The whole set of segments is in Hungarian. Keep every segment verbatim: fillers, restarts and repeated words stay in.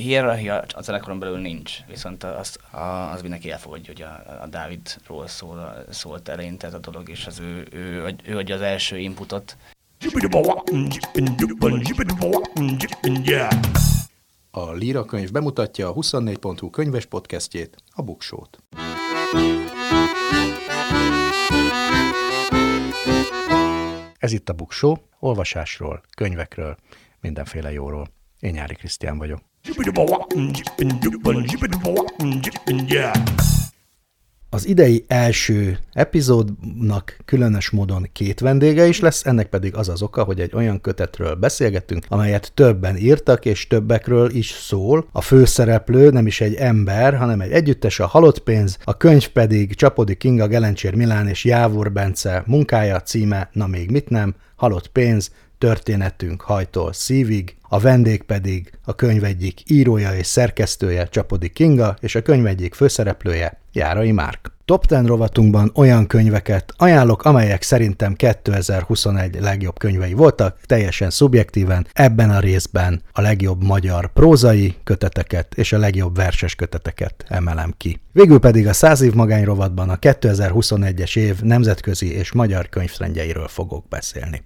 hierarchia a zenekaron belül nincs, viszont az, az mindenki elfogadja, hogy a, a Dávidról szól, szólt eleinte ez a dolog, és az ő, ő, ő adja az első inputot. A Líra könyv bemutatja a huszonnégy pont hu könyves podcastjét, a Buksót. Ez itt a Buksó, olvasásról, könyvekről, mindenféle jóról. Én Nyári Krisztián vagyok. Az idei első epizódnak különös módon két vendége is lesz, ennek pedig az az oka, hogy egy olyan kötetről beszélgettünk, amelyet többen írtak, és többekről is szól. A főszereplő nem is egy ember, hanem egy együttes, a Halott pénz, a könyv pedig Csapody Kinga, Gelencsér Milán és Jávor Bence munkája, címe, na még mit nem, Halott pénz, történetünk hajtól szívig, a vendég pedig a könyv egyik írója és szerkesztője, Csapody Kinga, és a könyv egyik főszereplője, Járai Márk. Top tíz rovatunkban olyan könyveket ajánlok, amelyek szerintem kétezer-huszonegy legjobb könyvei voltak, teljesen szubjektíven, ebben a részben a legjobb magyar prózai köteteket és a legjobb verses köteteket emelem ki. Végül pedig a száz év magány rovatban a kétezer-huszonegyes év nemzetközi és magyar könyvtrendjeiről fogok beszélni.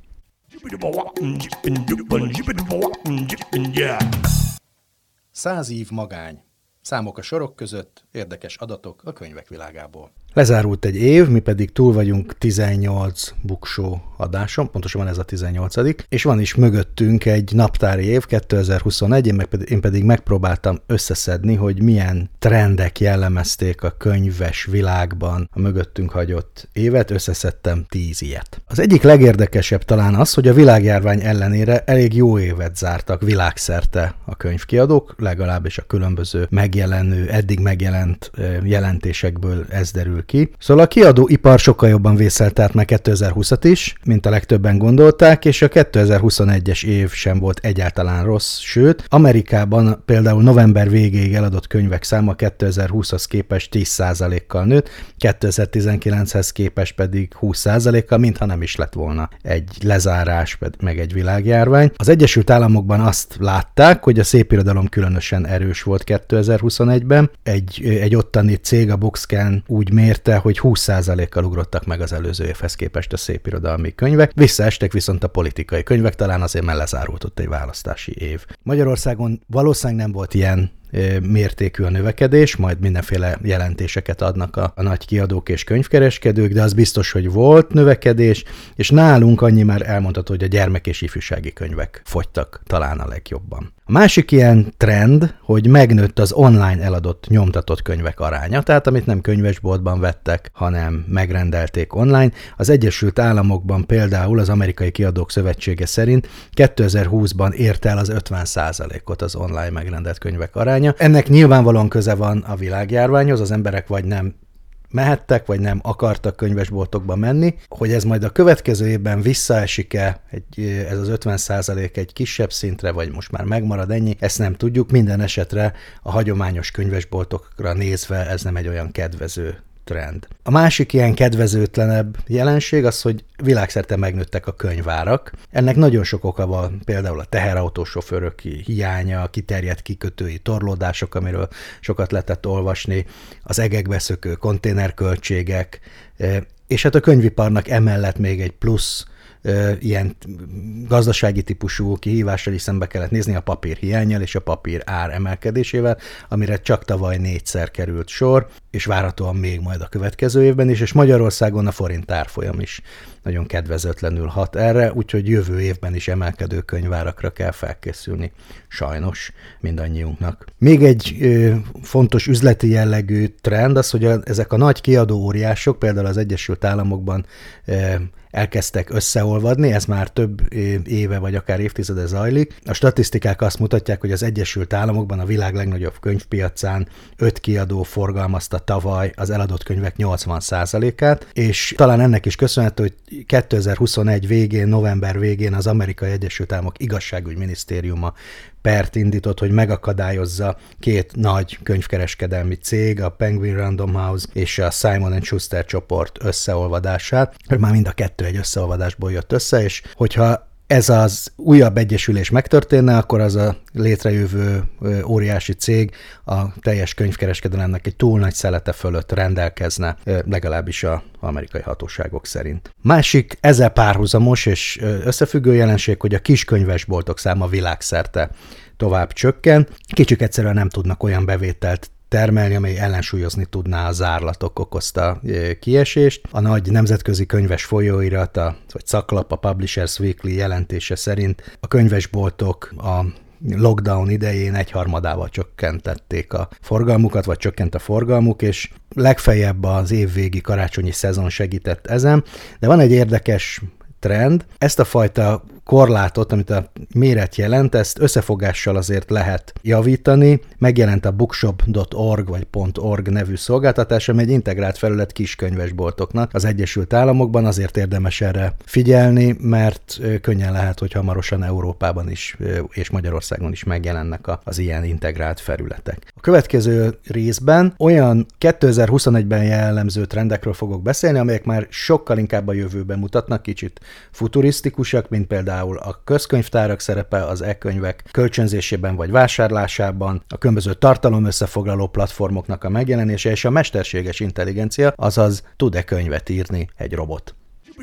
Száz év magány. Számok a sorok között, érdekes adatok a könyvek világából. Lezárult egy év, mi pedig túl vagyunk tizennyolc Buksó adáson, pontosabban ez a tizennyolcadik, és van is mögöttünk egy naptári év, kétezer-huszonegy, én, meg pedig, én pedig megpróbáltam összeszedni, hogy milyen trendek jellemezték a könyves világban a mögöttünk hagyott évet, összeszedtem tíz ilyet. Az egyik legérdekesebb talán az, hogy a világjárvány ellenére elég jó évet zártak világszerte a könyvkiadók, legalábbis a különböző megjelenő, eddig megjelent jelentésekből ez derül ki. Szóval a kiadóipar sokkal jobban vészelt át már kétezer-húszat is, mint a legtöbben gondolták, és a kétezer-huszonegyes év sem volt egyáltalán rossz, sőt, Amerikában például november végéig eladott könyvek száma kétezer-húszhoz képest tíz százalékkal nőtt, kétezer-tizenkilenchez képest pedig húsz százalékkal, mintha nem is lett volna egy lezárás, meg egy világjárvány. Az Egyesült Államokban azt látták, hogy a szépirodalom különösen erős volt kétezer-huszonegyben. Egy, egy ottani cég, a Bookscan úgy mérte, hogy húsz százalékkal ugrottak meg az előző évhez képest a szépirodalmi könyvek. Visszaestek viszont a politikai könyvek, talán azért, mert lezárult ott egy választási év. Magyarországon valószínűleg nem volt ilyen mértékű a növekedés, majd mindenféle jelentéseket adnak a, a nagy kiadók és könyvkereskedők, de az biztos, hogy volt növekedés, és nálunk annyi már elmondható, hogy a gyermek- és ifjúsági könyvek fogytak talán a legjobban. A másik ilyen trend, hogy megnőtt az online eladott nyomtatott könyvek aránya, tehát amit nem könyvesboltban vettek, hanem megrendelték online. Az Egyesült Államokban például az Amerikai Kiadók Szövetsége szerint kétezer-húszban ért el az ötven százalékot az online megrendelt könyvek aránya. Ennek nyilvánvalóan köze van a világjárványhoz, az emberek vagy nem mehettek, vagy nem akartak könyvesboltokba menni, hogy ez majd a következő évben visszaesik-e, egy, ez az ötven százalék egy kisebb szintre, vagy most már megmarad ennyi, ezt nem tudjuk, minden esetre a hagyományos könyvesboltokra nézve ez nem egy olyan kedvező trend. A másik ilyen kedvezőtlenebb jelenség az, hogy világszerte megnőttek a könyvárak. Ennek nagyon sok oka van, például a teherautósofőrök hiánya, a kiterjedt kikötői torlódások, amiről sokat lehetett olvasni, az egekbe szökő konténerköltségek, és hát a könyviparnak emellett még egy plusz ilyen gazdasági típusú kihívással is szembe kellett nézni, a papír hiánnyal és a papír ár emelkedésével, amire csak tavaly négyszer került sor, és várhatóan még majd a következő évben is, és Magyarországon a forint árfolyam is nagyon kedvezőtlenül hat erre, úgyhogy jövő évben is emelkedő könyvárakra kell felkészülni. Sajnos mindannyiunknak. Még egy ö, fontos üzleti jellegű trend az, hogy a, ezek a nagy kiadó óriások, például az Egyesült Államokban ö, elkezdtek összeolvadni, ez már több éve vagy akár évtizede zajlik. A statisztikák azt mutatják, hogy az Egyesült Államokban a világ legnagyobb könyvpiacán öt kiadó forgalmazta tavaly az eladott könyvek nyolcvan százalékát, és talán ennek is köszönhető, hogy kétezer-huszonegy végén, november végén az Amerikai Egyesült Államok igazságügyminisztériuma pert indított, hogy megakadályozza két nagy könyvkereskedelmi cég, a Penguin Random House és a Simon and Schuster csoport összeolvadását, hogy már mind a kettő egy összeolvadásból jött össze, és hogyha ez az újabb egyesülés megtörténne, akkor az a létrejövő óriási cég a teljes könyvkereskedelemnek egy túl nagy szelete fölött rendelkezne, legalábbis az amerikai hatóságok szerint. Másik ezzel párhuzamos és összefüggő jelenség, hogy a kiskönyvesboltok száma világszerte tovább csökken. Kicsik egyszerűen nem tudnak olyan bevételt termelni, amely ellensúlyozni tudná a zárlatok okozta kiesést. A nagy nemzetközi könyves folyóirat, a, vagy szaklap, a Publishers Weekly jelentése szerint a könyvesboltok a lockdown idején egyharmadával csökkentették a forgalmukat, vagy csökkent a forgalmuk, és legfeljebb az évvégi karácsonyi szezon segített ezen. De van egy érdekes trend. Ezt a fajta korlátot, amit a méret jelent, ezt összefogással azért lehet javítani. Megjelent a bookshop pont org vagy .org nevű szolgáltatás, ami egy integrált felület kiskönyvesboltoknak az Egyesült Államokban. Azért érdemes erre figyelni, mert könnyen lehet, hogy hamarosan Európában is és Magyarországon is megjelennek az ilyen integrált felületek. A következő részben olyan kétezer-huszonegyben jellemző trendekről fogok beszélni, amelyek már sokkal inkább a jövőben mutatnak, kicsit futurisztikusak, mint például a közkönyvtárak szerepe az e-könyvek kölcsönzésében vagy vásárlásában, a különböző tartalomösszefoglaló platformoknak a megjelenése és a mesterséges intelligencia, azaz tud-e könyvet írni egy robot.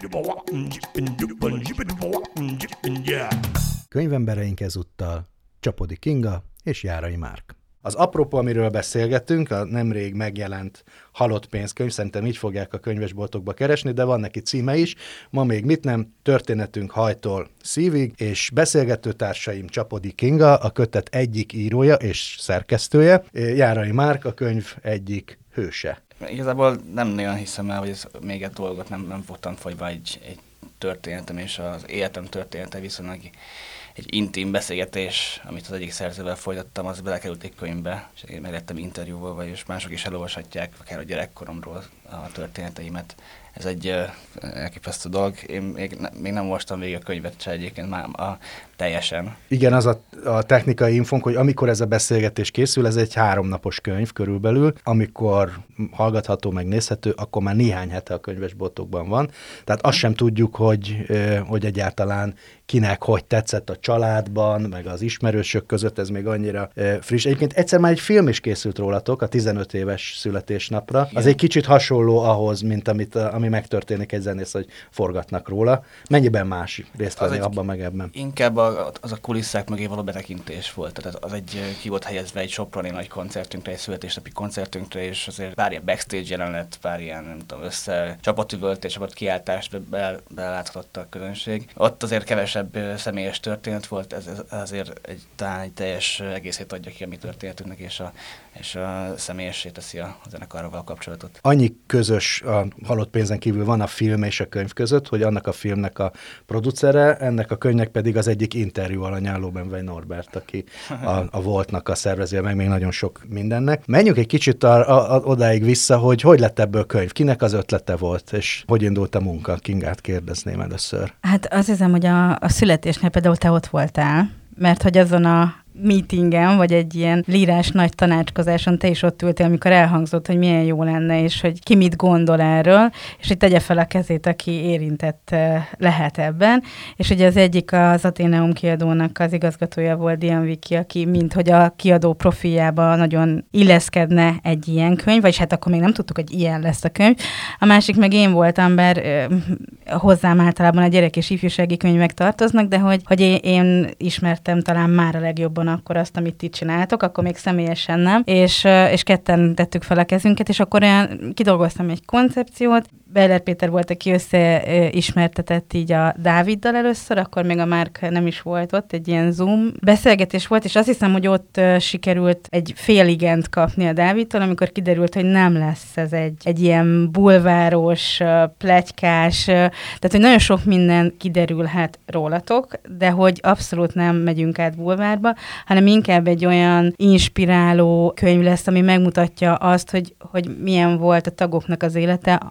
Könyvembereink ezúttal Csapody Kinga és Járai Márk. Az apropó, amiről beszélgettünk, a nemrég megjelent Halott pénzkönyv, szerintem így fogják a könyvesboltokba keresni, de van neki címe is. Ma még mit nem, történetünk hajtól szívig, és beszélgetőtársaim Csapody Kinga, a kötet egyik írója és szerkesztője, Járai Márk, a könyv egyik hőse. Igazából nem nagyon hiszem el, hogy ez még egy dolgot nem, nem fogtam fogyva egy, egy történetem, és az életem története viszonylag egy intim beszélgetés, amit az egyik szerzővel folytattam, az belekerült egy könyvbe, és én meglettem interjúval, és mások is elolvashatják, akár a gyerekkoromról a történeteimet. Ez egy uh, elképesztő dolog. Én még, ne, még nem olvastam végig a könyvet se egyébként már a, teljesen. Igen, az a, a technikai infónk, hogy amikor ez a beszélgetés készül, ez egy háromnapos könyv körülbelül, amikor hallgatható, meg nézhető, akkor már néhány hete a könyvesboltokban van. Tehát azt sem tudjuk, hogy, hogy egyáltalán kinek hogy tetszett a családban, meg az ismerősök között, ez még annyira friss. Egyébként egyszer már egy film is készült rólatok a tizenöt éves születésnapra. Igen. Az egy kicsit hasonló ahhoz, mint amit, ami megtörténik egy zenész, hogy forgatnak róla. Mennyiben más részt venni abban meg ebben? Inkább a, az a kulisszák mögé való betekintés volt. Tehát az egy ki volt helyezve egy soproni nagy koncertünkre, egy születésnapi koncertünkre, és azért pár ilyen backstage jelenet, pár ilyen, nem tudom, össze csapatüvöltés, csapatkiáltást be, beláthatott a közönség. Ott azért kevesebb személyes történet volt, ez, ez azért egy, talán egy teljes egészét adja ki a mi történetünknek, és a, és a személyessé teszi a zenekarral való kapcsolatot. Annyi közös a Halott pénzen kívül van a film és a könyv között, hogy annak a filmnek a producere, ennek a könyvnek pedig az egyik interjú alany Álló Benvej Norbert, aki a, a Voltnak a szervezője, meg még nagyon sok mindennek. Menjünk egy kicsit a, a, a, odáig vissza, hogy hogy lett ebből könyv, kinek az ötlete volt, és hogy indult a munka? Kingát kérdezném először. Hát azt hiszem, hogy a, a születésnél például te ott voltál, mert hogy azon a meetingen, vagy egy ilyen lírás nagy tanácskozáson te is ott ültél, amikor elhangzott, hogy milyen jó lenne, és hogy ki mit gondol erről, és hogy tegye fel a kezét, aki érintett lehet ebben. És ugye az egyik az Athenaeum kiadónak az igazgatója volt, Dian Viki, aki minthogy a kiadó profiljába nagyon illeszkedne egy ilyen könyv, vagyis hát akkor még nem tudtuk, hogy ilyen lesz a könyv. A másik meg én voltam, bár hozzám általában a gyerek és ifjúsági könyvek tartoznak, de hogy, hogy én, én ismertem talán már a legjobban akkor azt, amit ti csináltok, akkor még személyesen nem, és, és ketten tettük fel a kezünket, és akkor olyan kidolgoztam egy koncepciót. Beller Péter volt, aki összeismertetett így a Dáviddal először, akkor még a Márk nem is volt ott, egy ilyen Zoom beszélgetés volt, és azt hiszem, hogy ott sikerült egy fél igent kapni a Dávidtól, amikor kiderült, hogy nem lesz ez egy, egy ilyen bulváros, pletykás, tehát, hogy nagyon sok minden kiderülhet rólatok, de hogy abszolút nem megyünk át bulvárba, hanem inkább egy olyan inspiráló könyv lesz, ami megmutatja azt, hogy, hogy milyen volt a tagoknak az élete addig,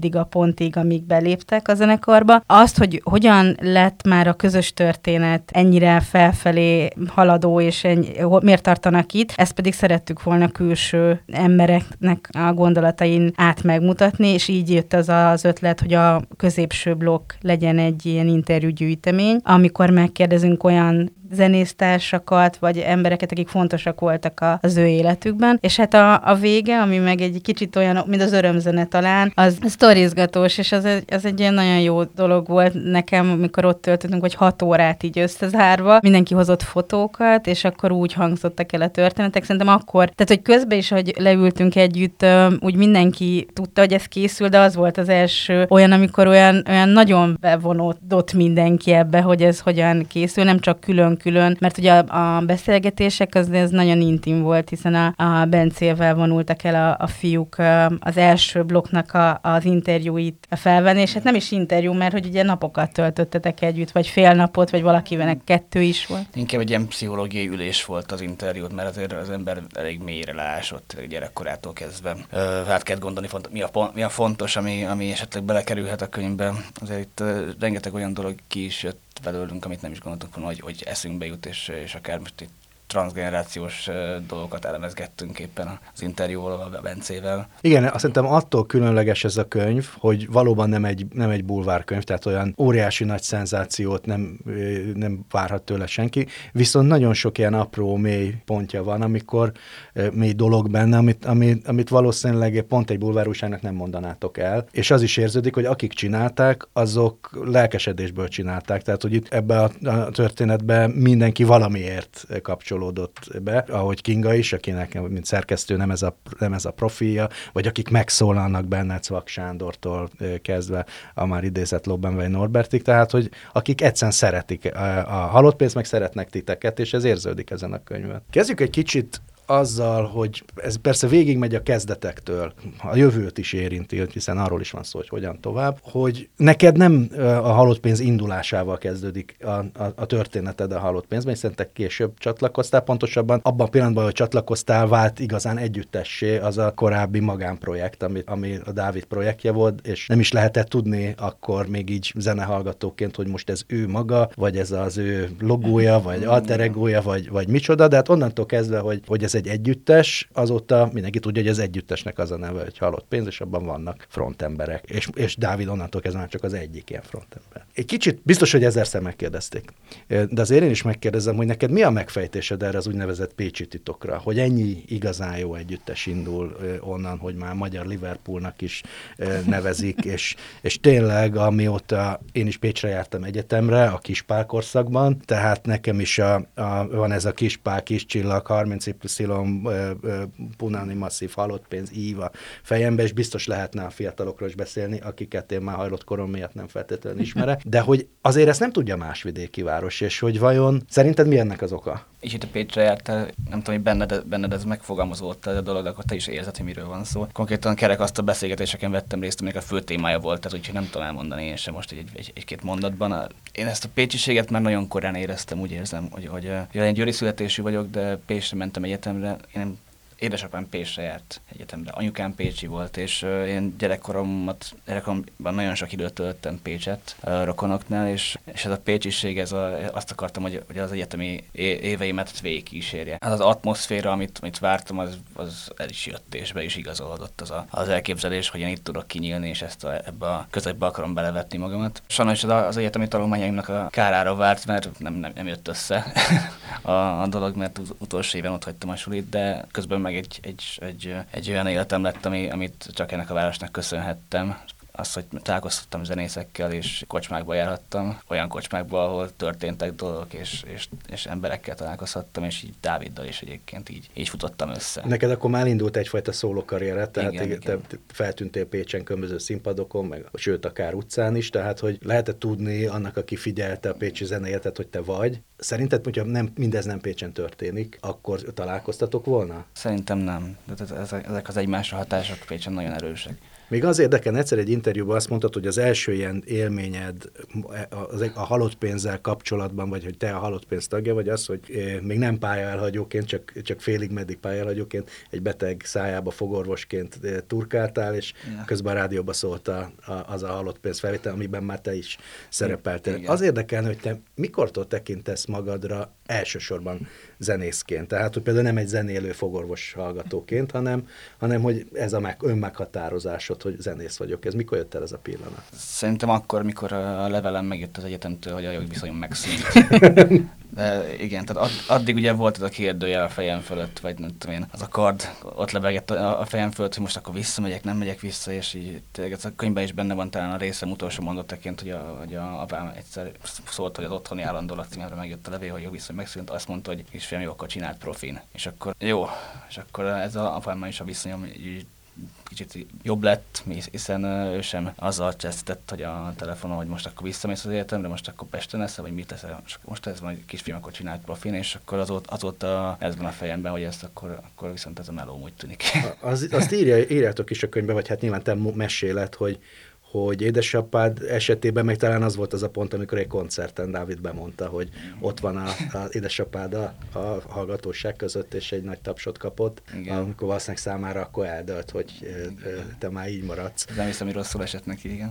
addig a pontig, amíg beléptek a zenekarba. Azt, hogy hogyan lett már a közös történet ennyire felfelé haladó, és ennyi, miért tartanak itt, ezt pedig szerettük volna külső embereknek a gondolatain át megmutatni, és így jött az az ötlet, hogy a középső blokk legyen egy ilyen interjúgyűjtemény, amikor megkérdezünk olyan zenésztársakat, vagy embereket, akik fontosak voltak a, az ő életükben, és hát a, a vége, ami meg egy kicsit olyan, mint az örömzene talán, az sztorizgatós, és az egy, az egy ilyen nagyon jó dolog volt nekem, amikor ott töltöttünk, hogy hat órát így összezárva, mindenki hozott fotókat, és akkor úgy hangzottak el a történetek. Szerintem akkor, tehát hogy közben is, hogy leültünk együtt, úgy mindenki tudta, hogy ez készül, de az volt az első olyan, amikor olyan, olyan nagyon bevonódott mindenki ebbe, hogy ez hogyan készül, nem csak külön külön, mert ugye a, a beszélgetések az ez nagyon intim volt, hiszen a, a Bencével vonultak el a, a fiúk az első blokknak a, az interjúit felvenni, és hát nem is interjú, mert hogy ugye napokat töltöttetek együtt, vagy fél napot, vagy valakivel kettő is volt. Inkább egy ilyen pszichológiai ülés volt az interjút, mert azért az ember elég mélyre leásott gyerekkorától kezdve. Hát kell gondolni, mi a, mi a fontos, ami, ami esetleg belekerülhet a könyvbe. Azért itt rengeteg olyan dolog ki is jött belőlünk, amit nem is gondoltunk volna, hogy, hogy eszünkbe jut, és, és akár most itt transzgenerációs dolgokat elemezgettünk éppen az interjúval a Bencével. Igen, azt szerintem attól különleges ez a könyv, hogy valóban nem egy, nem egy bulvárkönyv, tehát olyan óriási nagy szenzációt nem, nem várhat tőle senki, viszont nagyon sok ilyen apró, mély pontja van, amikor mély dolog benne, amit, amit, amit valószínűleg pont egy bulvárújságnak nem mondanátok el, és az is érződik, hogy akik csinálták, azok lelkesedésből csinálták, tehát hogy itt ebbe a, a történetben mindenki valamiért kapcsol be, ahogy Kinga is, akinek, mint szerkesztő nem ez a, nem ez a profilja, vagy akik megszólalnak benne Cvak Sándortól kezdve a már idézett Lobbenwey Norbertig, tehát, hogy akik egyszerűen szeretik a, a halott pénzt, meg szeretnek titeket, és ez érződik ezen a könyvön. Kezdjük egy kicsit azzal, hogy ez persze végigmegy a kezdetektől, a jövőt is érinti, hiszen arról is van szó, hogy hogyan tovább, hogy neked nem a halott pénz indulásával kezdődik a, a, a történeted a halott pénzben, hiszen te később csatlakoztál, pontosabban abban a pillanatban, hogy csatlakoztál, vált igazán együttessé az a korábbi magánprojekt, ami, ami a Dávid projektje volt, és nem is lehetett tudni akkor még így zenehallgatóként, hogy most ez ő maga, vagy ez az ő logója, vagy alter egója, vagy, vagy micsoda, de hát onnantól kezdve, hogy, hogy ez egy együttes, azóta mindenki tudja, hogy az együttesnek az a neve, hogy halott pénz, és abban vannak frontemberek. És, és Dávid onnantól kezdve már csak az egyik ilyen frontember. Egy kicsit biztos, hogy ezerszer megkérdezték. De azért én is megkérdezem, hogy neked mi a megfejtésed erre az úgynevezett pécsi titokra, hogy ennyi igazán jó együttes indul onnan, hogy már magyar Liverpoolnak is nevezik, és, és tényleg, amióta én is Pécsre jártam egyetemre, a Kispál korszakban, tehát nekem is a, a, van ez a Kispál, kis csillag, harminc Y, Punani masszív, halott pénz, ív a fejembe, és biztos lehetne a fiatalokról is beszélni, akiket én már hajlott korom miatt nem feltétlenül ismerek, de hogy azért ezt nem tudja más vidéki város, és hogy vajon szerinted mi ennek az oka? És itt a Pécsre jártál, nem tudom, hogy benned, benned ez megfogalmazódott a dolog, akkor te is érzed, hogy miről van szó. Konkrétan kerek azt a beszélgetéseken vettem részt, aminek a fő témája volt, tehát úgyhogy nem tudom elmondani én sem most egy, egy, egy-két mondatban. Én ezt a pécsiséget már nagyon korán éreztem, úgy érzem, hogy, hogy én győri születésű vagyok, de Pécsre mentem egyetemre, én nem édesapám Pécsre járt egyetemre, anyukám pécsi volt, és uh, én gyerekkoromat, gyerekkoromban nagyon sok időt töltöttem Pécset uh, rokonoknál, és, és ez a pécsiség, ez a, azt akartam, hogy, hogy az egyetemi éveimet végigkísérje. Az az atmoszféra, amit, amit vártam, az, az el is jött, és be is igazolódott az, a, az elképzelés, hogy én itt tudok kinyílni, és ezt a, ebbe a közegbe akarom belevetni magamat. Sajnos az, az egyetemi tanulmányaimnak a kárára várt, mert nem, nem, nem jött össze a, a dolog, mert az utolsó éven ott hagytam a sulit, de közben meg egy, egy, egy, egy olyan életem lett, ami, amit csak ennek a városnak köszönhettem. Az, hogy találkoztattam zenészekkel, és kocsmákba járhattam, olyan kocsmákba, ahol történtek dolgok, és, és, és emberekkel találkozhattam, és így Dáviddal is egyébként így, így futottam össze. Neked akkor már indult egyfajta szólókarriered, tehát igen, te igen. feltűntél Pécsen különböző színpadokon, meg sőt akár utcán is, tehát hogy lehetett tudni annak, aki figyelte a pécsi zenéjetet, hogy te vagy, Szerinted, hogyha nem, mindez nem Pécsen történik, akkor találkoztatok volna? Szerintem nem. De ezek az egymásra hatások Pécsen nagyon erősek. Még az érdekel, egyszer egy interjúban azt mondtad, hogy az első ilyen élményed a halott pénzzel kapcsolatban, vagy hogy te a halott pénz tagja vagy, az, hogy még nem pályaelhagyóként, csak, csak félig meddig pályaelhagyóként egy beteg szájába fogorvosként turkáltál, és ja. közben a rádióba szólt a, a, az a halott pénz felvétel, amiben már te is szerepeltél. Igen. Az érdekel, hogy te mikortól tekintesz magadra elsősorban zenészként? Tehát, hogy például nem egy zenélő fogorvos hallgatóként, hanem, hanem hogy ez a meg, önmeghatározásod, hogy zenész vagyok. Ez mikor jött el ez a pillanat? Szerintem akkor, mikor a levelem megjött az egyetemtől, hogy a jogviszonyom megszűnt. De igen, tehát ad, addig ugye volt ez a kérdőjel a fejem fölött, vagy nem tudom én, az a kard ott lebegett a, a fejem fölött, hogy most akkor visszamegyek, nem megyek vissza, és így tényleg a könyvben is benne van talán a részem utolsó mondattaként, hogy a, hogy a apám egyszer szólt, hogy az otthoni állandó lakcímemre megjött a levél, hogy jogviszony megszűnt, azt mondta, hogy kisfiam, jó, akkor csinált profin. És akkor jó, és akkor ez a apámmal is a viszonyom így kicsit jobb lett, hiszen ő sem azzal csesztett, hogy a telefonon, hogy most akkor visszamész az egyetemre, most akkor Pesten leszel, vagy mit leszel, most ez van, hogy kisfiam, akkor csinált profin, és akkor azóta, azóta ez van a fejemben, hogy ezt akkor, akkor viszont ez a melóm úgy tűnik. Az, azt írja, írjátok is a könyvbe, vagy hát nyilván te meséled, hogy hogy édesapád esetében meg talán az volt az a pont, amikor egy koncerten Dávid bemondta, hogy ott van az édesapád a, a hallgatóság között, és egy nagy tapsot kapott, igen. Amikor valószínűleg számára akkor eldölt, hogy igen. te már így maradsz. Nem hiszem, hogy rosszul esett neki, igen.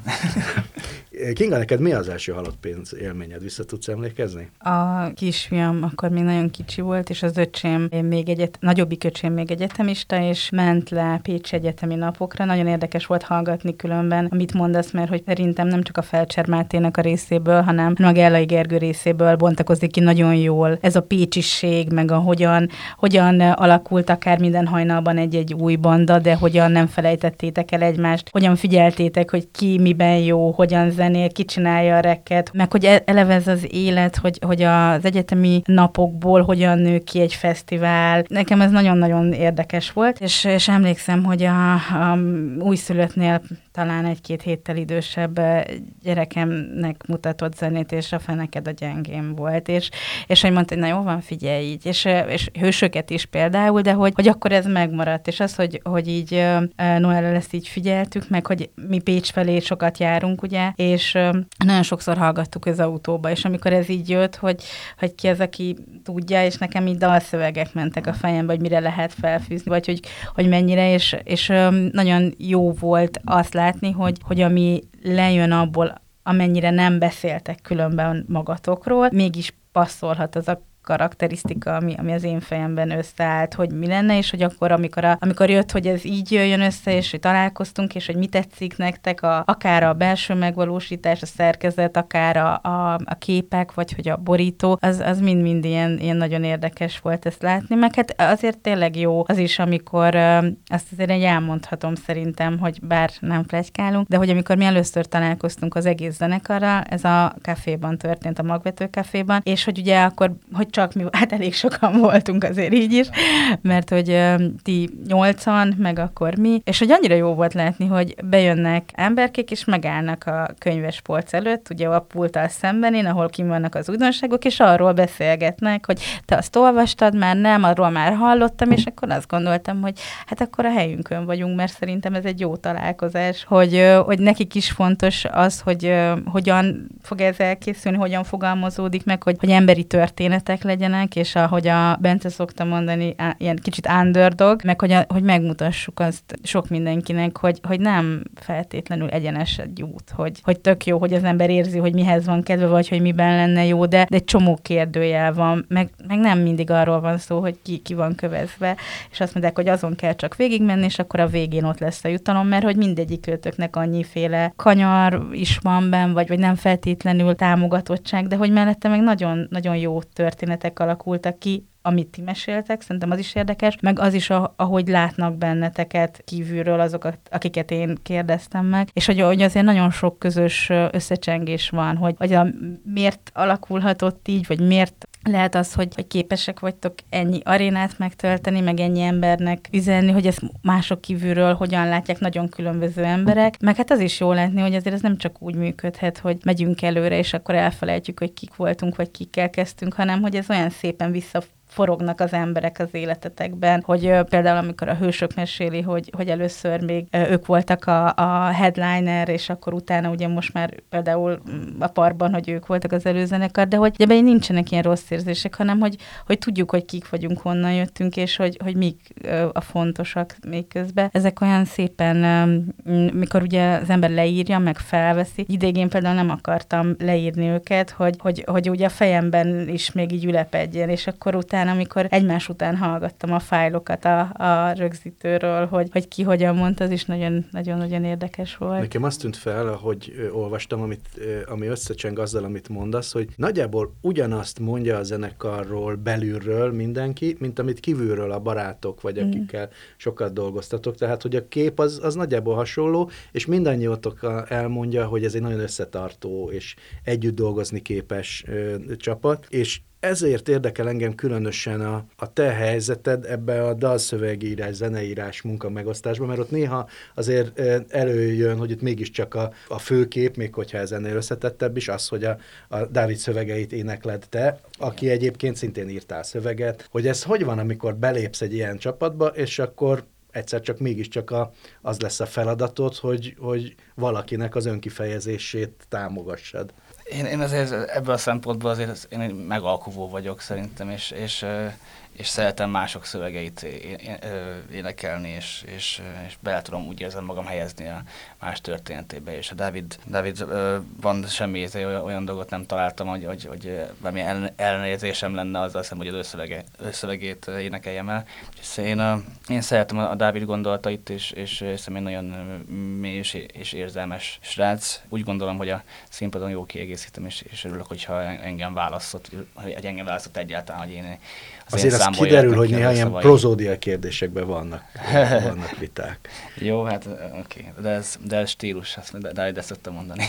Kinga, neked mi az első halott pénz élményed? Vissza tudsz emlékezni? A kisfiam akkor még nagyon kicsi volt, és az öcsém még egyet, nagyobbik öcsém még egyetemista, és ment le Pécs egyetemi napokra. Nagyon érdekes volt hallgatni különben, amit mondasz, mert hogy szerintem nem csak a Felcser Mátének a részéből, hanem a Gellai Gergő részéből bontakozik ki nagyon jól ez a pécsiség, meg a hogyan, hogyan alakult akár minden hajnalban egy-egy új banda, de hogyan nem felejtettétek el egymást, hogyan figyeltétek, hogy ki miben jó, hogyan zenél, ki csinálja a rekket, meg hogy eleve ez az élet, hogy, hogy az egyetemi napokból hogyan nő ki egy fesztivál. Nekem ez nagyon-nagyon érdekes volt, és, és emlékszem, hogy a, a újszülöttnél talán egy-két héttel idősebb gyerekemnek mutatott zenét, és a feneked a gyengém volt, és, és hogy mondta, hogy na jó van, figyelj így, és, és hősöket is például, de hogy, hogy akkor ez megmaradt, és az, hogy, hogy így Noellel ezt így figyeltük, meg hogy mi Pécs felé sokat járunk, ugye, és nagyon sokszor hallgattuk az autóba, és amikor ez így jött, hogy, hogy ki az, aki tudja, és nekem így dalszövegek mentek a fejembe, hogy mire lehet felfűzni, vagy hogy, hogy mennyire, és, és nagyon jó volt azt látni, hogy, hogy ami lejön abból, amennyire nem beszéltek különben magatokról, mégis passzolhat az a karakterisztika, ami, ami az én fejemben összeállt, hogy mi lenne, és hogy akkor, amikor, a, amikor jött, hogy ez így jöjjön össze, és hogy találkoztunk, és hogy mi tetszik nektek, a, akár a belső megvalósítás, a szerkezet, akár a, a, a képek, vagy hogy a borító, az, az mind-mind ilyen, ilyen nagyon érdekes volt ezt látni, meg hát azért tényleg jó az is, amikor azt azért egy elmondhatom szerintem, hogy bár nem pletykálunk, de hogy amikor mi először találkoztunk az egész zenekarral, ez a kaféban történt, a Magvető kaféban, és hogy ugye akkor, hogy csak mi, hát elég sokan voltunk azért így is, mert hogy uh, ti nyolcan, meg akkor mi, és hogy annyira jó volt látni, hogy bejönnek emberkék, és megállnak a könyvespolc előtt, ugye a pulttal szemben, én, ahol kim vannak az újdonságok, és arról beszélgetnek, hogy te azt olvastad, már nem, arról már hallottam, és akkor azt gondoltam, hogy hát akkor a helyünkön vagyunk, mert szerintem ez egy jó találkozás, hogy, uh, hogy nekik is fontos az, hogy uh, hogyan fog ez elkészülni, hogyan fogalmazódik meg, hogy, hogy emberi történetek legyenek, és ahogy a Bence szokta mondani, á, ilyen kicsit underdog, meg hogy, a, hogy megmutassuk azt sok mindenkinek, hogy, hogy nem feltétlenül egyenes egy út, hogy, hogy tök jó, hogy az ember érzi, hogy mihez van kedve, vagy hogy miben lenne jó, de, de egy csomó kérdőjel van, meg, meg nem mindig arról van szó, hogy ki, ki van kövezve, és azt mondják, hogy azon kell csak végigmenni, és akkor a végén ott lesz a jutalom, mert hogy mindegyik őtöknek annyiféle kanyar is van benn, vagy, vagy nem feltétlenül támogatottság, de hogy mellette meg nagyon, nagyon jó történetek alakultak ki, amit ti meséltek, szerintem az is érdekes, meg az is, ahogy látnak benneteket kívülről azokat, akiket én kérdeztem meg, és hogy, hogy azért nagyon sok közös összecsengés van, hogy, hogy a, miért alakulhatott így, vagy miért lehet az, hogy, hogy képesek vagytok ennyi arénát megtölteni, meg ennyi embernek üzenni, hogy ezt mások kívülről hogyan látják, nagyon különböző emberek. Meg hát az is jó látni, hogy azért ez nem csak úgy működhet, hogy megyünk előre, és akkor elfelejtjük, hogy kik voltunk, vagy kikkel kezdtünk, hanem hogy ez olyan szépen vissza forognak az emberek az életetekben, hogy uh, például amikor a Hősök meséli, hogy, hogy először még uh, ők voltak a, a headliner, és akkor utána ugye most már például a Parkban, hogy ők voltak az előzenekar, de hogy ebben nincsenek ilyen rossz érzések, hanem hogy, hogy tudjuk, hogy kik vagyunk, honnan jöttünk, és hogy, hogy mik uh, a fontosak még közben. Ezek olyan szépen, um, mikor ugye az ember leírja, meg felveszi. Idégén például nem akartam leírni őket, hogy, hogy, hogy ugye a fejemben is még így ülepedjen, és akkor utána amikor egymás után hallgattam a fájlokat a, a rögzítőről, hogy, hogy ki hogyan mondta, az is nagyon-nagyon érdekes volt. Nekem azt tűnt fel, ahogy ö, olvastam, amit, ö, ami összecseng azzal, amit mondasz, hogy nagyjából ugyanazt mondja a zenekarról belülről mindenki, mint amit kívülről a barátok, vagy mm. akikkel sokat dolgoztatok. Tehát, hogy a kép az, az nagyjából hasonló, és mindannyiótok elmondja, hogy ez egy nagyon összetartó és együtt dolgozni képes ö, csapat, és ezért érdekel engem különösen a, a te helyzeted ebbe a dalszövegírás, zeneírás munka megosztásban, mert ott néha azért előjön, hogy itt mégiscsak a, a főkép, még hogyha ez ennél összetettebb is, az, hogy a, a Dávid szövegeit énekled te, aki egyébként szintén írtál szöveget, hogy ez hogy van, amikor belépsz egy ilyen csapatba, és akkor egyszer csak mégiscsak a, az lesz a feladatod, hogy, hogy valakinek az önkifejezését támogassad. Én, én azért ebből a szempontból azért én egy megalkuvó vagyok szerintem, és, és, és szeretem mások szövegeit énekelni, és, és, és bele tudom úgy érzem magam helyezni a más történetébe. És a Dávid, Dávidban semmi olyan dolgot nem találtam, hogy, hogy, hogy valami ellenérzésem lenne azzal hiszem, hogy az összövege, összövegét énekeljem el. És én, a, én szeretem a Dávid gondolatait, és, és hiszem én nagyon mély és, és érzelmes srác. Úgy gondolom, hogy a színpadon jó kiegészítem, és, és örülök, hogyha engem választott, hogy engem választott egyáltalán, hogy én az azért az kiderül, hogy néha ilyen prozódia kérdésekben vannak, vannak viták. Jó, hát oké, okay. de, ez, de ez stílus, de, de ezt szoktam mondani.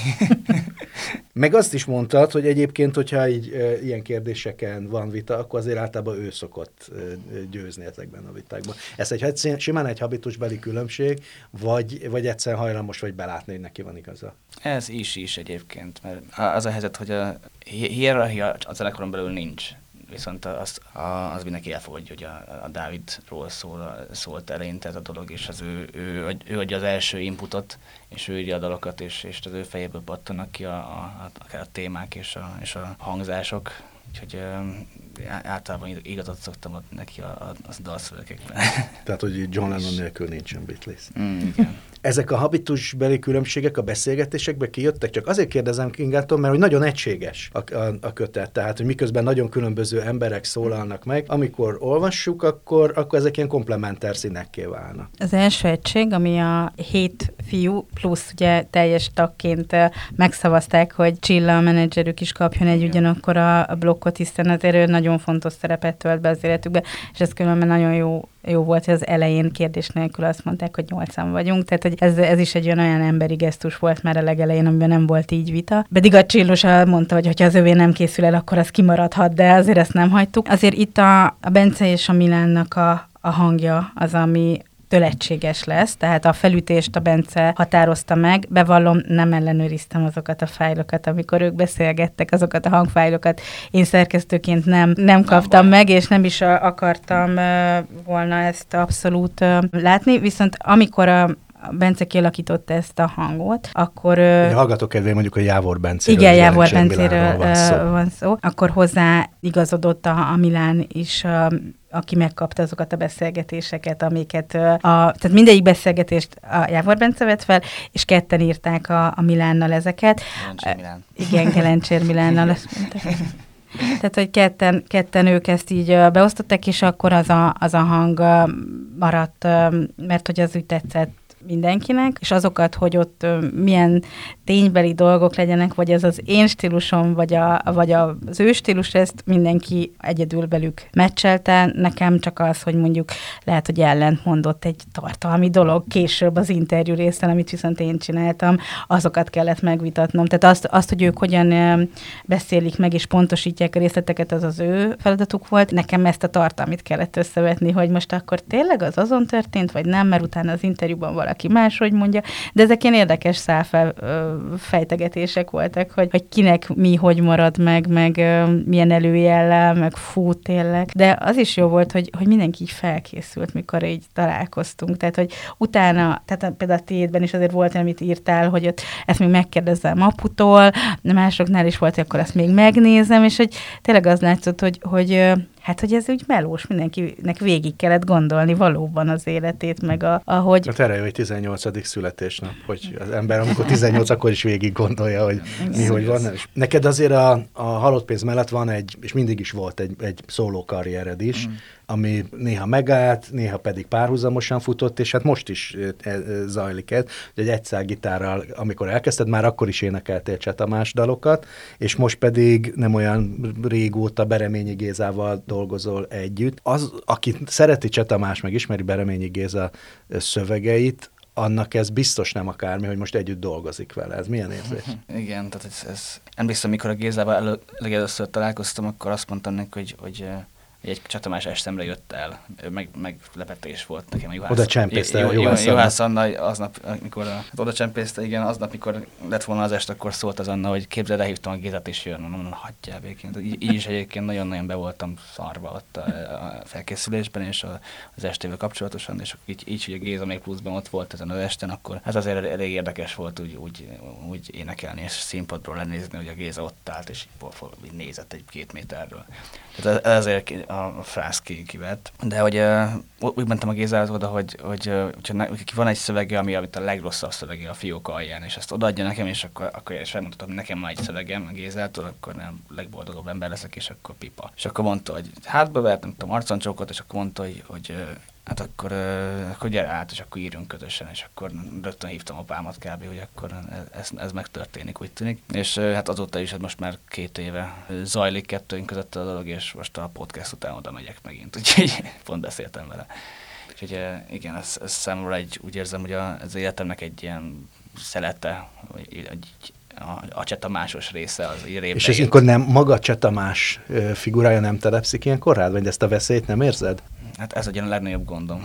Meg azt is mondtad, hogy egyébként, hogyha így e, ilyen kérdéseken van vita, akkor azért általában ő szokott e, győzni ezekben a vitákban. Ez egy, simán egy habitusbeli különbség, vagy, vagy egyszerűen hajlamos vagy belátni, hogy neki van igaza? Ez is is egyébként, mert az a helyzet, hogy a hierarchia a zenekaron belül nincs. Viszont az, az mindenki elfogadja, hogy a, a Dávidról szól, szólt eleinte ez a dolog, és az ő, ő, ő adja az első inputot, és ő írja a dalokat, és, és az ő fejéből pattanak ki a, a, a, a témák és a, és a hangzások. Úgyhogy általában igazat szoktam adni neki a, a, a dalszövegekben. Tehát, hogy John Lennon nélkül nincsen Beatles. Mm, igen. Ezek a habitusbeli különbségek a beszélgetésekbe kijöttek? Csak azért kérdezem Ingától, mert hogy nagyon egységes a, a, a kötet. Tehát, hogy miközben nagyon különböző emberek szólalnak meg, amikor olvassuk, akkor, akkor ezek ilyen komplementer színekké válnak. Az első egység, ami a hét fiú, plusz ugye teljes tagként megszavazták, hogy Csilla, a menedzserük is kapjon egy ugyanakkor a, a blokkot, hiszen azért ő nagyon fontos szerepet tölt be az életükbe, és ez különben nagyon jó jó volt, hogy az elején kérdés nélkül azt mondták, hogy nyolcan vagyunk, tehát hogy ez, ez is egy olyan emberi gesztus volt már a legelején, amiben nem volt így vita. Pedig a Csillos mondta, hogy ha az övé nem készül el, akkor az kimaradhat, de azért ezt nem hagytuk. Azért itt a, a Bence és a Milánnak a, a hangja az, ami től egységes lesz, tehát a felütést a Bence határozta meg, bevallom, nem ellenőriztem azokat a fájlokat, amikor ők beszélgettek, azokat a hangfájlokat. Én szerkesztőként nem, nem kaptam nem meg, és nem is akartam uh, volna ezt abszolút uh, látni, viszont amikor a a Bence kialakította ezt a hangot, akkor... Egy hallgatók kedvéért mondjuk a Jávor Bencéről. Igen, Jávor Bencéről van szó. van szó. Akkor hozzá igazodott a, a Milán is, a, aki megkapta azokat a beszélgetéseket, amiket... A, tehát mindegyik beszélgetést a Jávor Bence vett fel, és ketten írták a, a Milánnal ezeket. Gelencsér Milán. Igen, Gelencsér Milánnal. Tehát, hogy ketten, ketten ők ezt így beosztották, és akkor az a, az a hang maradt, mert hogy az úgy tetszett mindenkinek, és azokat, hogy ott milyen ténybeli dolgok legyenek, vagy ez az én stílusom, vagy, a, vagy az ő stílus, ezt mindenki egyedül velük meccselte. Nekem csak az, hogy mondjuk lehet, hogy ellentmondott egy tartalmi dolog később az interjú részen, amit viszont én csináltam, azokat kellett megvitatnom. Tehát azt, azt hogy ők hogyan beszélik meg és pontosítják a részleteket, az az ő feladatuk volt. Nekem ezt a tartalmit kellett összevetni, hogy most akkor tényleg az azon történt, vagy nem, mert utána az interjúban valaki máshogy mondja. De ezek ilyen érdekes szálfejtegetések voltak, hogy, hogy kinek mi, hogy marad meg, meg milyen előjellel, meg fú tényleg. De az is jó volt, hogy, hogy mindenki így felkészült, mikor így találkoztunk. Tehát, hogy utána, tehát például a tiédben is azért volt, amit írtál, hogy ott ezt még megkérdezzem aputól, másoknál is volt, hogy akkor ezt még megnézem, és hogy tényleg az látszott, hogy, hogy hát, hogy ez úgy melós, mindenkinek végig kellett gondolni valóban az életét, meg a, ahogy... Hát erre jó, hogy tizennyolcadik születésnap, hogy az ember, amikor tizennyolc, akkor is végig gondolja, hogy mi, hogy van. És neked azért a, a halott pénz mellett van egy, és mindig is volt egy, egy szóló karriered is, mm. ami néha megállt, néha pedig párhuzamosan futott, és hát most is e, e, zajlik ez, hogy egy gitárral, amikor elkezdted, már akkor is énekeltél Cseh Tamás dalokat, és most pedig nem olyan régóta Bereményi Gézával dolgozol együtt. Az, aki szereti Cseh Tamás, meg ismeri Bereményi Géza szövegeit, annak ez biztos nem akármi, hogy most együtt dolgozik vele. Ez milyen érzés? Igen, tehát ez, ez emlékszem, mikor a Gézával elő, legelőször találkoztam, akkor azt mondtam neki, hogy, hogy egy Cseh Tamás estemre jött el, meg, meglepetés volt nekem. Juhász, oda csempészte J- Juhász Anna. Juhász Anna aznap, amikor hát oda csempészte, igen, aznap, mikor lett volna az est, akkor szólt az Anna, hogy képzeld, elhívtam a Gézát, és jön, mondom, hagyjál békén. Így, így is egyébként nagyon-nagyon be voltam szarva ott a, a felkészülésben, és a, az estével kapcsolatosan, és így, így, hogy a Géza még pluszban ott volt ezen az esten, akkor ez azért elég érdekes volt úgy, úgy, úgy énekelni, és színpadról lenézni, hogy a Géza ott állt, és így nézett egy-két méterről. Tehát ezért a frász kivett. De hogy uh, úgy mentem a Gézához oda, hogy, hogy uh, van egy szövege, ami amit a legrosszabb szövege a fiók alján, és ezt odaadja nekem, és akkor, akkor én is elmondhatom, hogy nekem már egy szövegem a Gézától, akkor nem legboldogabb ember leszek, és akkor pipa. És akkor mondta, hogy hátba vert, nem tudom, arconcsókot, és akkor mondta, hogy, hogy uh, hát akkor, uh, akkor gyere át, és akkor írjunk közösen, és akkor rögtön hívtam apámat kb., hogy akkor ez, ez megtörténik, úgy tűnik. És uh, hát azóta is, hát most már két éve zajlik kettőnk között a dolog, és most a podcast után oda megyek megint, úgyhogy pont beszéltem vele. Úgyhogy uh, igen, ez, ez számomra egy, úgy érzem, hogy a, az életemnek egy ilyen szelete, egy, egy, a, a Cseh Tamásos része az így révbe. És ez akkor nem maga Cseh Tamás figurája nem telepszik ilyenkor rád, vagy ezt a veszélyt nem érzed? Hát ez a legnagyobb gondom.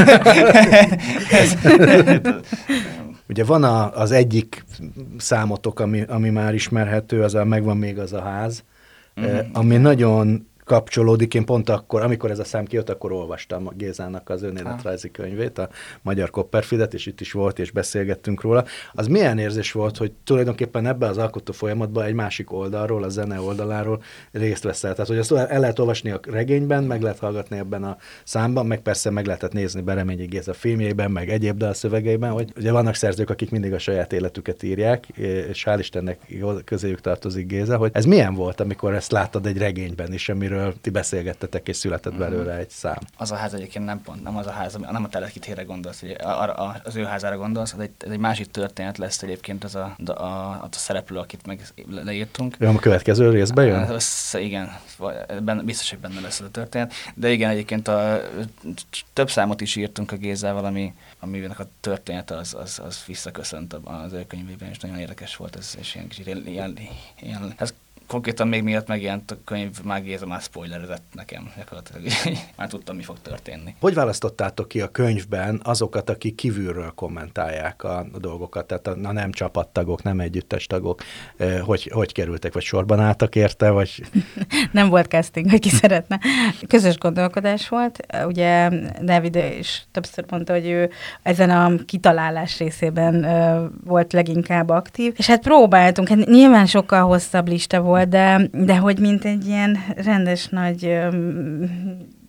Ugye van a, az egyik számotok, ami, ami már ismerhető, az a Megvan még az a ház, mm-hmm. eh, ami nagyon kapcsolódik. Én pont akkor, amikor ez a szám kijött, akkor olvastam a Gézának az önéletrajzi könyvét, a Magyar Copperfieldet, és itt is volt, és beszélgettünk róla. Az milyen érzés volt, hogy tulajdonképpen ebben az alkotó folyamatban egy másik oldalról, a zene oldaláról részt veszel. Tehát, hogy azt el lehet olvasni a regényben, meg lehet hallgatni ebben a számban, meg persze meg lehetett nézni Bereményi Géza filmjeiben, meg egyéb dalszövegeiben, hogy ugye vannak szerzők, akik mindig a saját életüket írják, és hál' Istennek közéjük tartozik Géza, hogy ez milyen volt, amikor ezt láttad egy regényben is, amiről ti beszélgettetek, és született belőle egy szám. Az a ház egyébként nem pont, nem az a ház, nem a Telekithére gondolsz, hogy az ő házára gondolsz, ez egy, ez egy másik történet lesz egyébként az a, a, a, a szereplő, akit meg leírtunk. Ő a következő részben jön? Össze, igen, benne, biztos, hogy benne lesz ez a történet. De igen, egyébként a, több számot is írtunk a Gézával, ami, aminek a történet az, az, az visszaköszönt az ő könyvében, és nagyon érdekes volt ez, és ilyen kicsit ilyen, ilyen, ilyen ez konkrétan még miatt megjelent a könyv, már Géza már spoilerezett nekem, már tudtam, mi fog történni. Hogy választottátok ki a könyvben azokat, akik kívülről kommentálják a, a dolgokat, tehát a, a nem csapattagok, nem együttes tagok, eh, hogy, hogy kerültek, vagy sorban álltak érte, vagy... Nem volt casting, hogy ki szeretne. Közös gondolkodás volt. Ugye Dávid is többször mondta, hogy ő ezen a kitalálás részében uh, volt leginkább aktív, és hát próbáltunk, hát nyilván sokkal hosszabb lista volt, De, de hogy mint egy ilyen rendes nagy um,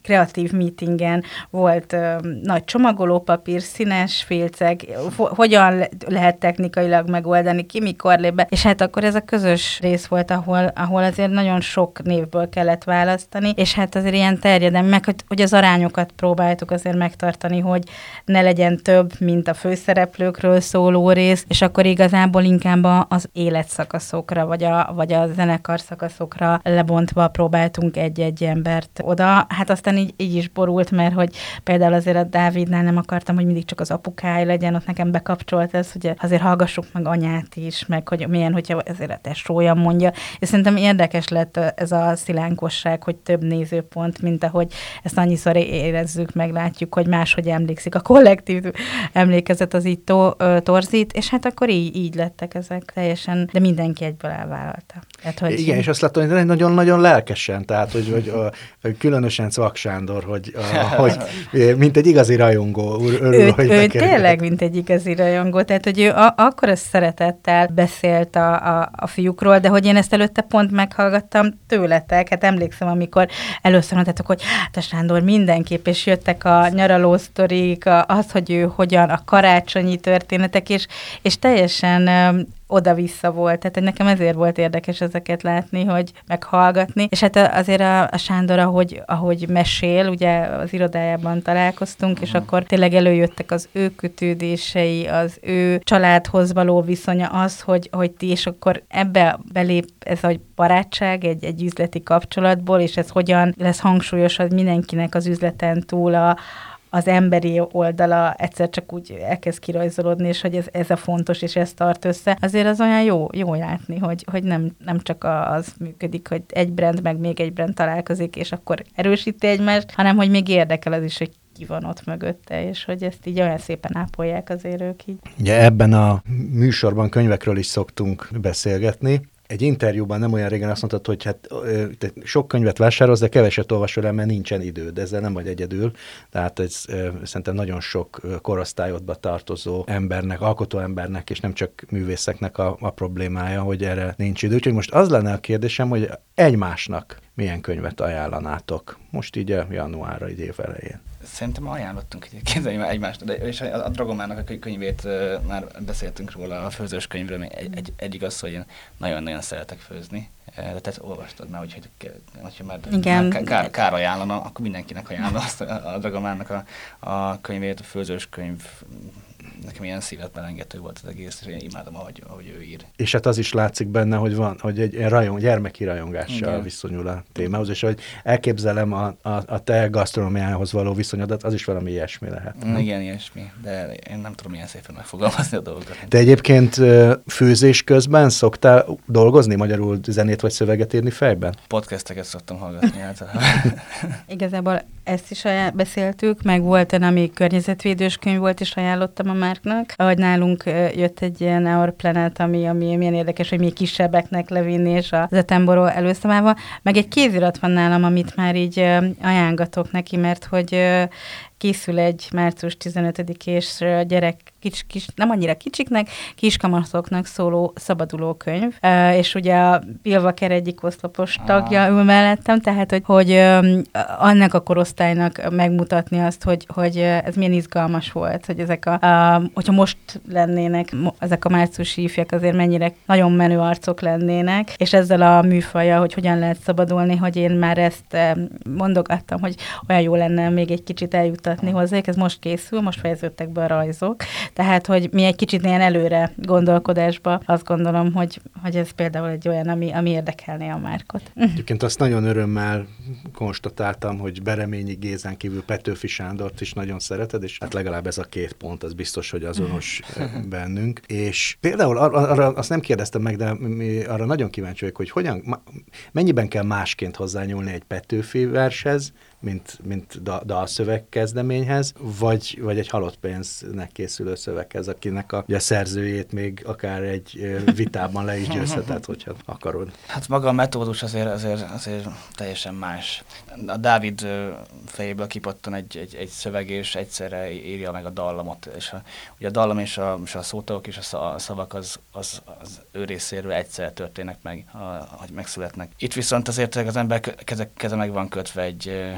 kreatív meetingen volt ö, nagy csomagolópapír, színes félceg, ho- hogyan le- lehet technikailag megoldani, ki mikor lép be, és hát akkor ez a közös rész volt, ahol, ahol azért nagyon sok névből kellett választani, és hát azért ilyen terjedelmi, meg hogy, hogy az arányokat próbáltuk azért megtartani, hogy ne legyen több, mint a főszereplőkről szóló rész, és akkor igazából inkább az életszakaszokra, vagy a, vagy a zenekar szakaszokra lebontva próbáltunk egy-egy embert oda. Hát aztán így, így is borult, mert hogy például azért a Dávidnál nem akartam, hogy mindig csak az apukája legyen, ott nekem bekapcsolt ez, hogy azért hallgassuk meg anyát is, meg hogy milyen, hogyha azért a tesója mondja. És szerintem érdekes lett ez a szilánkosság, hogy több nézőpont, mint ahogy ezt annyiszor érezzük, meg látjuk, hogy máshogy emlékszik. A kollektív emlékezet az így to, torzít, és hát akkor így, így lettek ezek teljesen, de mindenki egyből elvállalta. Hát, hogy igen, és azt látom, hogy nagyon-nagyon lelkesen, tehát, hogy, hogy a, különösen Cvak Sándor, hogy, a, hogy mint egy igazi rajongó, örül, ő, hogy ő tényleg, mint egy igazi rajongó, tehát, hogy ő a, akkor ez szeretettel beszélt a, a, a fiúkról, de hogy én ezt előtte pont meghallgattam tőletek, hát emlékszem, amikor először mondtátok, hogy hát a Sándor mindenképp, és jöttek a nyaraló sztorik, az, hogy ő hogyan, a karácsonyi történetek, és, és teljesen oda-vissza volt, tehát nekem ezért volt érdekes ezeket látni, hogy meghallgatni, és hát azért a, a Sándor, ahogy, ahogy mesél, ugye az irodájában találkoztunk, uh-huh. és akkor tényleg előjöttek az ő kötődései, az ő családhoz való viszonya, az, hogy, hogy ti, és akkor ebbe belép ez a barátság egy, egy üzleti kapcsolatból, és ez hogyan lesz hangsúlyos, hogy mindenkinek az üzleten túl a az emberi oldala egyszer csak úgy elkezd kirajzolódni, és hogy ez, ez a fontos, és ez tart össze. Azért az olyan jó, jó látni, hogy, hogy nem, nem csak az működik, hogy egy brand meg még egy brand találkozik, és akkor erősíti egymást, hanem hogy még érdekel az is, hogy ki van ott mögötte, és hogy ezt így olyan szépen ápolják azért ők így. Ugye ebben a műsorban könyvekről is szoktunk beszélgetni. Egy interjúban nem olyan régen azt mondtad, hogy hát te sok könyvet vásárolsz, de keveset olvasol el, mert nincsen időd. Ezzel nem vagy egyedül. Tehát ez szerintem nagyon sok korosztályodba tartozó embernek, alkotó embernek, és nem csak művészeknek a, a problémája, hogy erre nincs idő. Úgyhogy most az lenne a kérdésem, hogy egymásnak milyen könyvet ajánlanátok? Most így a januárra, így év elején. Szerintem ajánlottunk egyébként egymást, de és a Dragomának a könyvét uh, már beszéltünk róla, a főzős könyvről, még egy, egy, egy igaz, hogy én nagyon-nagyon szeretek főzni. De te olvastad már, úgyhogy hogyha már, már kár, kár ajánlana, akkor mindenkinek ajánlom azt a, a Dragomának a, a könyvét, a főzős könyv. Nekem ilyen szívet belengető volt az egész, és én imádom, ahogy, ahogy ő ír. És hát az is látszik benne, hogy van, hogy egy rajong, gyermeki rajongással igen. viszonyul a témához, és hogy elképzelem a, a, a te gasztronómiához való viszonyodat, az is valami ilyesmi lehet. Mm, igen, ilyesmi, de én nem tudom ilyen szépen megfogalmazni a dolgokat. Te egyébként főzés közben szoktál dolgozni, magyarul zenét vagy szöveget írni fejben? Podcasteket szoktam hallgatni általában. Igazából ezt is ajánl- beszéltük, meg volt egy, ami környezetvédős könyv volt, és ajánlottam a Márknak. Ahogy nálunk jött egy ilyen Our Planet, ami, ami milyen érdekes, hogy még kisebbeknek levinni, és a Zetemboró előszavával. Meg egy kézirat van nálam, amit már így ajángatok neki, mert hogy készül egy március tizenötödikés gyerek, kis, kis, nem annyira kicsiknek, kiskamatoknak szóló szabaduló könyv, uh, és ugye a Pilvaker egyik oszlopos tagja ül mellettem, tehát hogy, hogy um, annak a korosztálynak megmutatni azt, hogy, hogy ez milyen izgalmas volt, hogy ezek a, uh, hogyha most lennének ezek a márciusi ifjak, azért mennyire nagyon menő arcok lennének, és ezzel a műfajjal, hogy hogyan lehet szabadulni, hogy én már ezt um, mondogattam, hogy olyan jó lenne még egy kicsit eljuttatni hozzájuk, ez most készül, most fejeződtek be a rajzok, tehát, hogy mi egy kicsit ilyen előre gondolkodásba azt gondolom, hogy, hogy ez például egy olyan, ami, ami érdekelné a Márkot. Egyébként azt nagyon örömmel konstatáltam, hogy Bereményi Gézán kívül Petőfi Sándort is nagyon szereted, és hát legalább ez a két pont, az biztos, hogy azonos bennünk. És például arra, arra azt nem kérdeztem meg, de mi arra nagyon kíváncsi vagyok, hogy hogyan, mennyiben kell másként hozzányúlni egy Petőfi vershez, mint, mint da, dalszöveg kezdeményhez, vagy, vagy egy halott pénznek készülő szöveghez, akinek a, a szerzőjét még akár egy vitában le is győzheted, hogyha akarod. Hát maga a metódus azért, azért, azért teljesen más. A Dávid fejéből kipattan egy, egy, egy szöveg, és egyszerre írja meg a dallamot. És a, ugye a dallam és a, és a szótagok és a szavak az, az, az ő részéről egyszerre történnek meg, a, hogy megszületnek. Itt viszont azért az ember keze, keze meg van kötve egy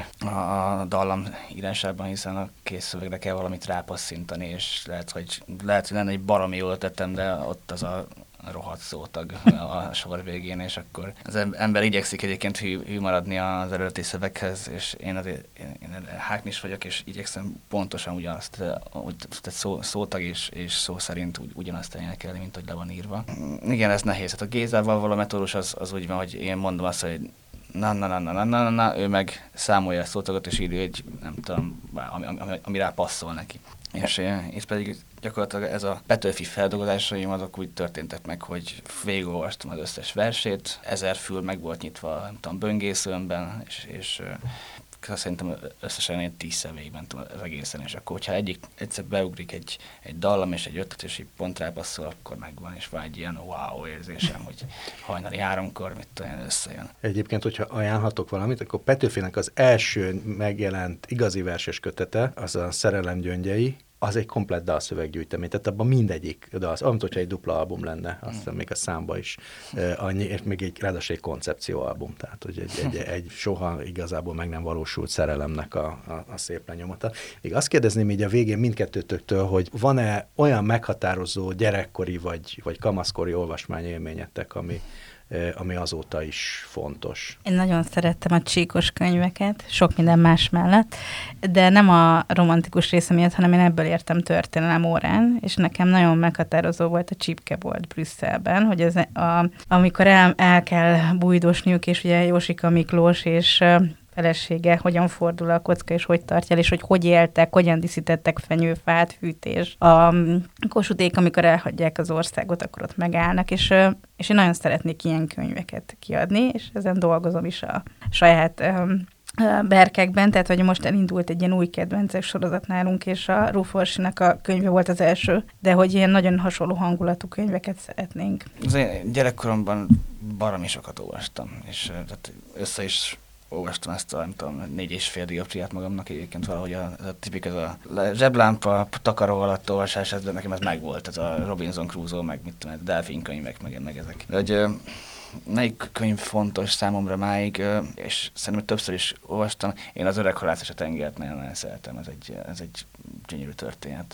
a dallam írásában, hiszen a kész szövegre kell valamit rápasszintani, és lehet, hogy, lehet, hogy lenne egy baromi jól tettem, de ott az a rohadt szótag a sor végén, és akkor az ember igyekszik egyébként hű, hű maradni az eredeti szöveghez, és én azért én, én háknis vagyok, és igyekszem pontosan ugyanazt, úgy, tehát szó, szótag és, és szó szerint ugy, ugyanazt elkelni, mint hogy le van írva. Igen, ez nehéz. Hát a Gézával való metódus az, az úgy van, hogy én mondom azt, hogy na, na, na, na, na, na, na, ő meg számolja a szótagot, és írja egy, nem tudom, ami, ami, ami rá passzol neki. És itt pedig gyakorlatilag ez a Petőfi feldolgozásaim azok úgy történtek meg, hogy végigolvastam az összes versét, ezer fül meg volt nyitva, nem tudom, böngészőmben, és, és szerintem összesen én tízszer végigmentem az egészen, és akkor, hogyha egyik egyszer beugrik egy, egy dallam és egy ötlet, és egy pont rápasszol, akkor megvan, és van egy ilyen wow érzésem, hogy hajnali háromkor mit tudom, összejön. Egyébként, hogyha ajánlhatok valamit, akkor Petőfinek az első megjelent igazi verses kötete, az a Szerelem gyöngyei, az egy komplett dalszöveggyűjtemény, tehát abban mindegyik dal, amit, hogyha egy dupla album lenne, azt hiszem még a számba is uh, annyi, és még egy, ráadásul egy koncepcióalbum, tehát hogy egy, egy, egy soha igazából meg nem valósult szerelemnek a, a, a szép lenyomata. Még azt kérdezném így a végén mindkettőtöktől, hogy van-e olyan meghatározó gyerekkori vagy, vagy kamaszkori olvasmányélményetek, ami ami azóta is fontos. Én nagyon szerettem a csíkos könyveket, sok minden más mellett, de nem a romantikus része miatt, hanem én ebből értem történelem órán, és nekem nagyon meghatározó volt a Csipkebolt Brüsszelben, hogy ez a, amikor el, el kell bújdosniuk, és ugye Jósika Miklós és felesége hogyan fordul a kocka, és hogy tartja el, és hogy hogy éltek, hogyan díszítettek fenyőfát, fűtés. A Kossuthék, amikor elhagyják az országot, akkor ott megállnak, és, és én nagyon szeretnék ilyen könyveket kiadni, és ezen dolgozom is a saját um, berkekben, tehát hogy most elindult egy ilyen új kedvencek sorozat nálunk, és a Ruforsinak a könyve volt az első, de hogy ilyen nagyon hasonló hangulatú könyveket szeretnénk. Az én gyerekkoromban baromi sokat olvastam, és tehát össze is olvastam ezt a, nem tudom, négy és fél dioptriát magamnak, egyébként valahogy a, a tipik, ez a zseblámpa, takaró alatt olvasás, ez, de nekem ez megvolt, ez a Robinson Crusoe, meg mit tudom, delfinkönyvek, meg, meg ezek. De hogy melyik könyv fontos számomra máig, és szerintem többször is olvastam, én az Öreg halász és a tengert nagyon-nagyon szeretem, ez egy, ez egy gyönyörű történet.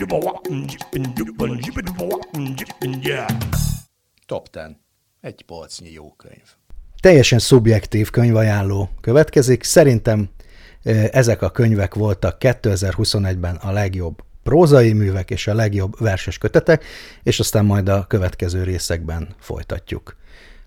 Top tíz. Egy polcnyi jó könyv. Teljesen szubjektív könyvajánló következik. Szerintem ezek a könyvek voltak kétezer-huszonegyben a legjobb prózai művek és a legjobb verses kötetek, és aztán majd a következő részekben folytatjuk.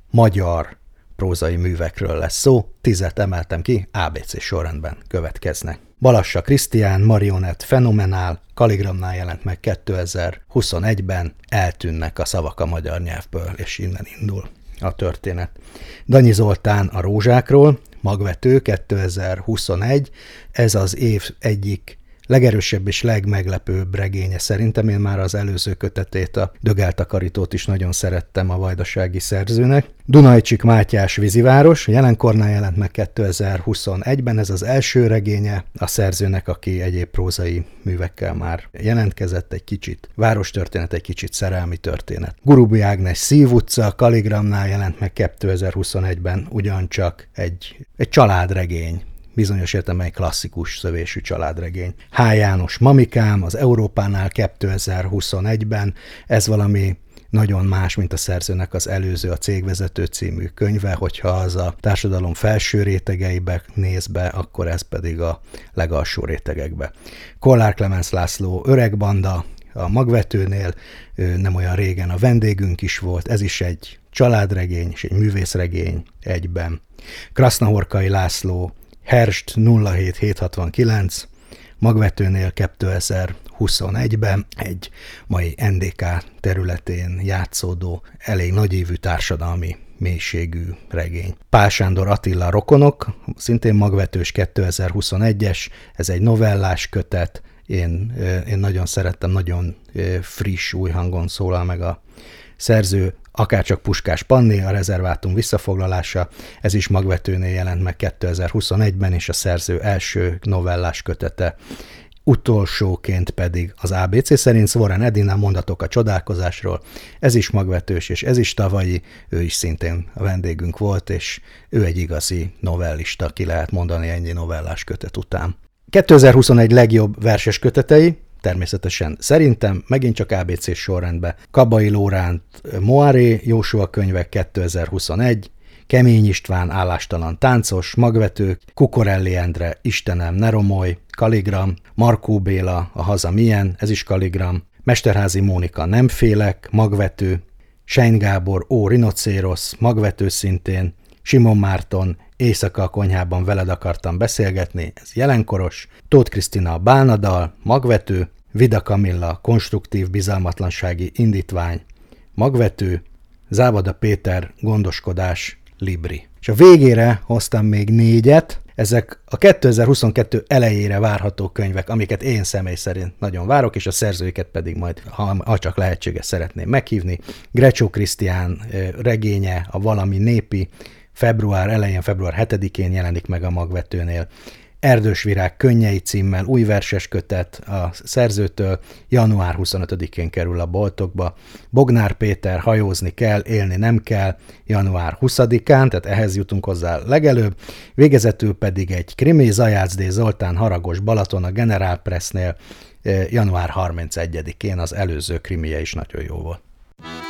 Magyar prózai művekről lesz szó, tízet emeltem ki, á bé cé sorrendben következnek. Balassa Krisztián, Marionett Fenomenál, Kaligramnál jelent meg kétezer-huszonegyben, eltűnnek a szavak a magyar nyelvből, és innen indul a történet. Danyi Zoltán a Rózsákról, Magvető kétezer-huszonegy, ez az év egyik legerősebb és legmeglepőbb regénye szerintem. Én már az előző kötetét, a Dögeltakarítót is nagyon szerettem a vajdasági szerzőnek. Dunajcsik Mátyás Víziváros, jelenkornál jelent meg kétezer-huszonegyben, ez az első regénye a szerzőnek, aki egyéb prózai művekkel már jelentkezett, egy kicsit várostörténet, egy kicsit szerelmi történet. Gurubi Ágnes Szív utca, Kaligramnál jelent meg kétezer-huszonegyben, ugyancsak egy, egy családregény, bizonyos értelemben egy klasszikus szövésű családregény. H. János Mamikám, az Európánál kétezer-huszonegyben, ez valami nagyon más, mint a szerzőnek az előző, a Cégvezető című könyve, hogyha az a társadalom felső rétegeibe néz be, akkor ez pedig a legalsó rétegekbe. Kollár Klemenc László Öregbanda, a Magvetőnél, nem olyan régen a vendégünk is volt, ez is egy családregény és egy művészregény egyben. Krasznahorkai László Herst nulla hét hét hatvankilenc, Magvetőnél kétezer-huszonegyben egy mai en dé ká területén játszódó, elég nagyívű társadalmi mélységű regény. Pál Sándor Attila Rokonok, szintén Magvetős kétezer-huszonegyes, ez egy novellás kötet, én, én nagyon szerettem, nagyon friss, új hangon szólal meg a szerző, akárcsak Puskás Panni, a rezervátum visszafoglalása, ez is Magvetőnél jelent meg kétezer-huszonegyben, és a szerző első novellás kötete. utolsóként pedig az á bé cé szerint Warren Edina Mondatok a csodálkozásról. Ez is magvetős, és ez is tavalyi, ő is szintén a vendégünk volt, és ő egy igazi novellista, ki lehet mondani ennyi novellás kötet után. kétezer-huszonegy legjobb verses kötetei, természetesen szerintem, megint csak á bé cés sorrendben, Kabai Lóránt Moiré Jósua könyvek kétezer-huszonegy, Kemény István Állástalan táncos, magvetők, Kukorelli Endre Istenem ne romolj, Kaligram, Markó Béla A haza milyen, ez is Kaligram, Mesterházi Mónika Nem félek, magvető, Sein Gábor Ó rinocérosz, magvető szintén, Simon Márton Éjszaka a konyhában veled akartam beszélgetni, ez jelenkoros, Tóth Krisztina a Bálnadal, magvető, Vida Kamilla Konstruktív bizalmatlansági indítvány, magvető, Závada Péter Gondoskodás, Libri. És a végére hoztam még négyet, ezek a kétezer-huszonkettő elejére várható könyvek, amiket én személy szerint nagyon várok, és a szerzőiket pedig majd, ha, ha csak lehetséges, szeretném meghívni. Grecsó Krisztián regénye, a Valami népi, február elején, február hetedikén jelenik meg a magvetőnél. Erdős Virág Könnyei címmel új verses kötet a szerzőtől, január huszonötödikén kerül a boltokba. Bognár Péter Hajózni kell, élni nem kell, január huszadikán, tehát ehhez jutunk hozzá legelőbb. Végezetül pedig egy krimi, Zajács D. Zoltán Haragos Balaton a Generál Pressnél, január harmincegyedikén, az előző krimije is nagyon jó volt.